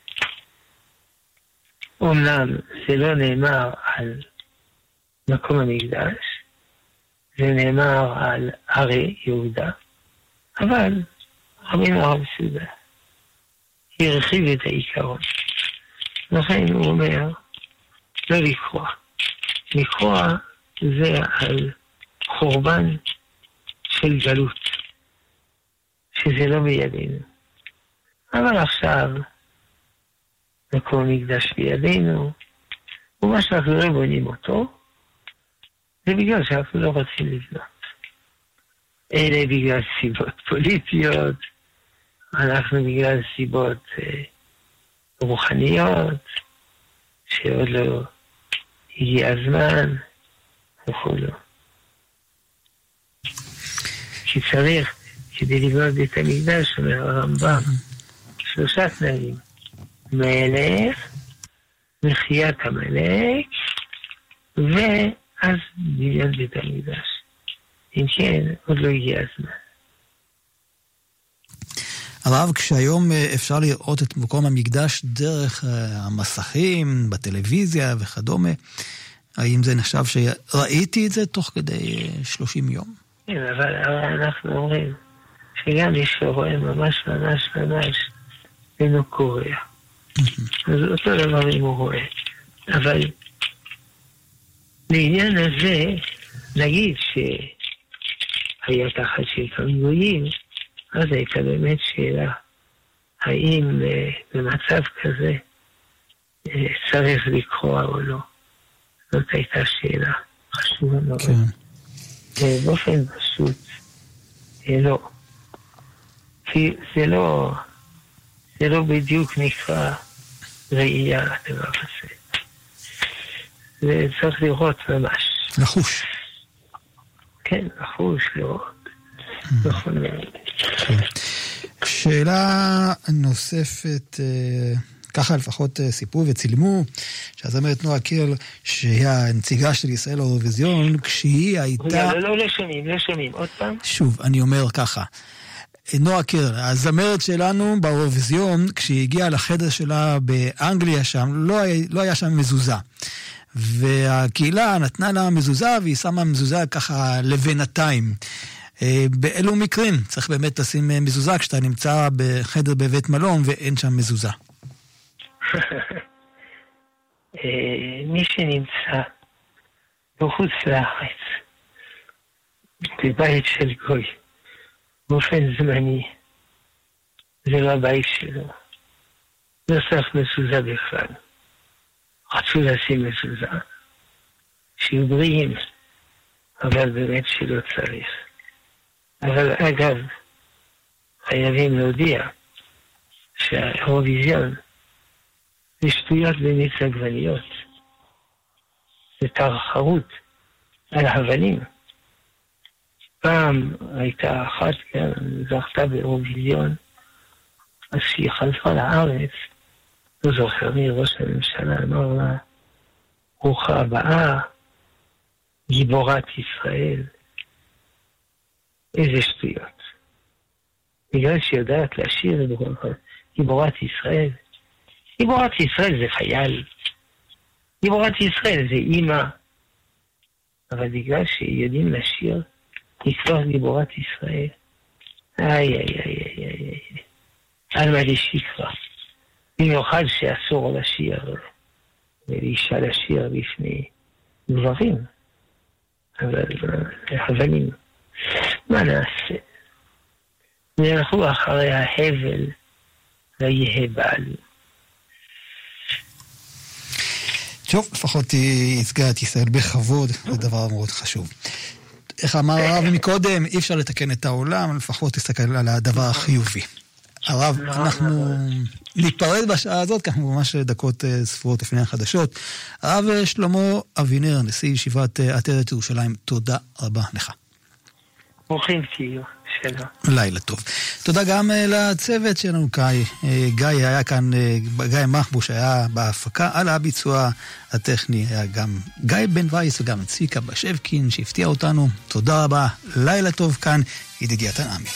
אומנם זה לא נאמר על מקום המקדש, זה נאמר על ערי יהודה, אבל רבינו הרב סודה הרחיב את העיקרון. לכן הוא אומר לא לקרוא. לקרוא זה על חורבן של גלות, שזה לא בידינו. אבל עכשיו מקום המקדש בידינו, ומה שאנחנו לא בונים אותו, זה בגלל שאנחנו לא רוצים לבנות. אלה בגלל סיבות פוליטיות, אנחנו בגלל סיבות אה, רוחניות, שעוד לא הגיע הזמן, וכו'. כי צריך, כדי לבנות בית המקדש, אומר הרמב"ם, שלושה תנאים. מלך, מחיית המלך, ואז בניין בית המקדש. אם כן, עוד לא הגיע הזמן. הרב, כשהיום אפשר לראות את מקום המקדש דרך המסכים, בטלוויזיה וכדומה, האם זה נחשב שראיתי את זה תוך כדי שלושים יום? כן, אבל אנחנו אומרים שגם מי שרואה ממש ממש ממש אינו קורא. אז אותו דבר אם הוא רואה. אבל לעניין הזה, נגיד שהיה תחת שלטון גויים, אז הייתה באמת שאלה, האם במצב כזה צריך לקרוא או לא. זאת הייתה שאלה חשובה מאוד. כן. באופן פשוט, לא. כי זה לא, זה לא בדיוק נקרא ראייה הדבר הזה. זה צריך לראות ממש. לחוש. כן, לחוש, לראות. נכון מאוד. שאלה נוספת, ככה לפחות סיפרו וצילמו, שהזמרת נועה קירל, שהיא הנציגה של ישראל לאירוויזיון, כשהיא הייתה... לא, לא, לא שומעים, לא שומעים. עוד פעם? שוב, אני אומר ככה. נועה קירל, הזמרת שלנו באירוויזיון, כשהיא הגיעה לחדר שלה באנגליה שם, לא, לא היה שם מזוזה. והקהילה נתנה לה מזוזה, והיא שמה מזוזה ככה לבינתיים. באילו מקרים צריך באמת לשים מזוזה כשאתה נמצא בחדר בבית מלון ואין שם מזוזה? מי שנמצא בחוץ לארץ, בבית של גוי, באופן זמני, זה לא הבית שלו. לא צריך מזוזה בכלל. רצו לשים מזוזה, שיהיו בריאים, אבל באמת שלא צריך. אבל אגב, חייבים להודיע שהאירוויזיון זה שטויות במיץ עגבניות. זה תחרות על הבלים. פעם הייתה אחת, כן, זכתה באירוויזיון, אז שהיא חזרה לארץ, לא זוכר מי ראש הממשלה, אמר לה, ברוכה הבאה, גיבורת ישראל. איזה שטויות. בגלל שיודעת להשאיר את גיבורת ישראל. גיבורת ישראל זה חייל. גיבורת ישראל זה אימא. אבל בגלל שיודעים להשאיר, לקרוא גיבורת ישראל. איי, איי, איי, איי, איי. על מה לשקרה. במיוחד שאסור לשיר, ולאישה לשיר בפני גברים. אבל הבנים. מה נעשה? נלכו אחרי ההבל ויהיה בעל. טוב, לפחות היא ייצגה את ישראל בכבוד, זה דבר מאוד חשוב. איך אמר הרב מקודם, אי אפשר לתקן את העולם, לפחות תסתכל על הדבר החיובי. הרב, אנחנו ניפרד בשעה הזאת, כי אנחנו ממש דקות ספורות לפני החדשות. הרב שלמה אבינר, נשיא ישיבת עטרת ירושלים, תודה רבה לך. ברוכים תהיו, שלו. לילה טוב. תודה גם לצוות שלנו, גיא. גיא היה כאן, גיא מחבוש היה בהפקה, על הביצוע הטכני היה גם גיא בן וייס וגם ציקה בשבקין שהפתיע אותנו. תודה רבה, לילה טוב כאן, ידידיה תנעמי.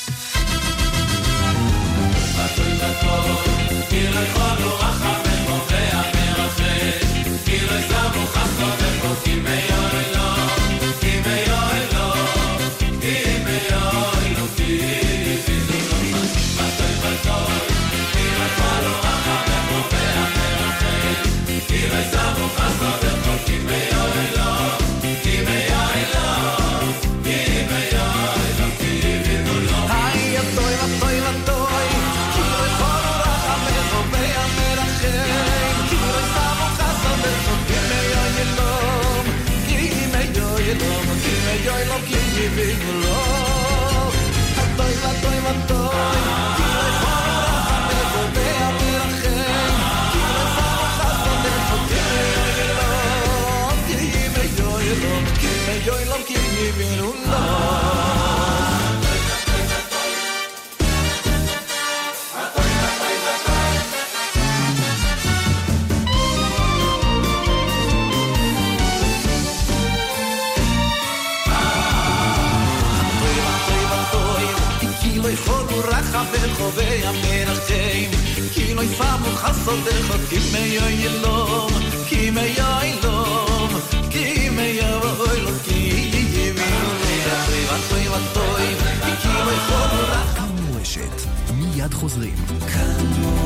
חובי המרחים כי לא יפעמו חסודך כי מיו ילום כי מיו ילום כי מיו ילום כי יבינו לי וטוי וטוי כי לא יפעמו לך כאן מורשת מיד חוזרים כאן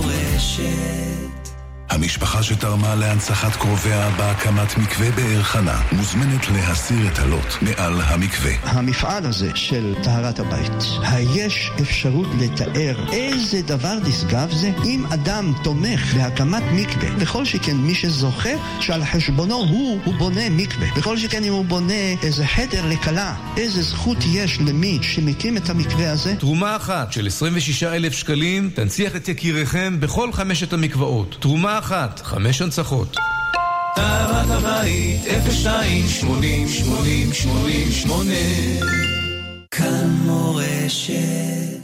מורשת המשפחה שתרמה להנצחת קרוביה בהקמת מקווה באר חנה מוזמנת להסיר את הלוט מעל המקווה. המפעל הזה של טהרת הבית, היש אפשרות לתאר איזה דבר נשגב זה אם אדם תומך בהקמת מקווה, בכל שכן מי שזוכה שעל חשבונו הוא, הוא בונה מקווה, בכל שכן אם הוא בונה איזה חדר לקלה, איזה זכות יש למי שמקים את המקווה הזה. תרומה אחת של עשרים ושישה אלף שקלים תנציח את יקיריכם בכל חמשת המקוואות. תרומה אחת, חמש הנצחות. טהרת הבית, אפס שתיים שמונים שמונים שמונים שמונה כאן מורשת.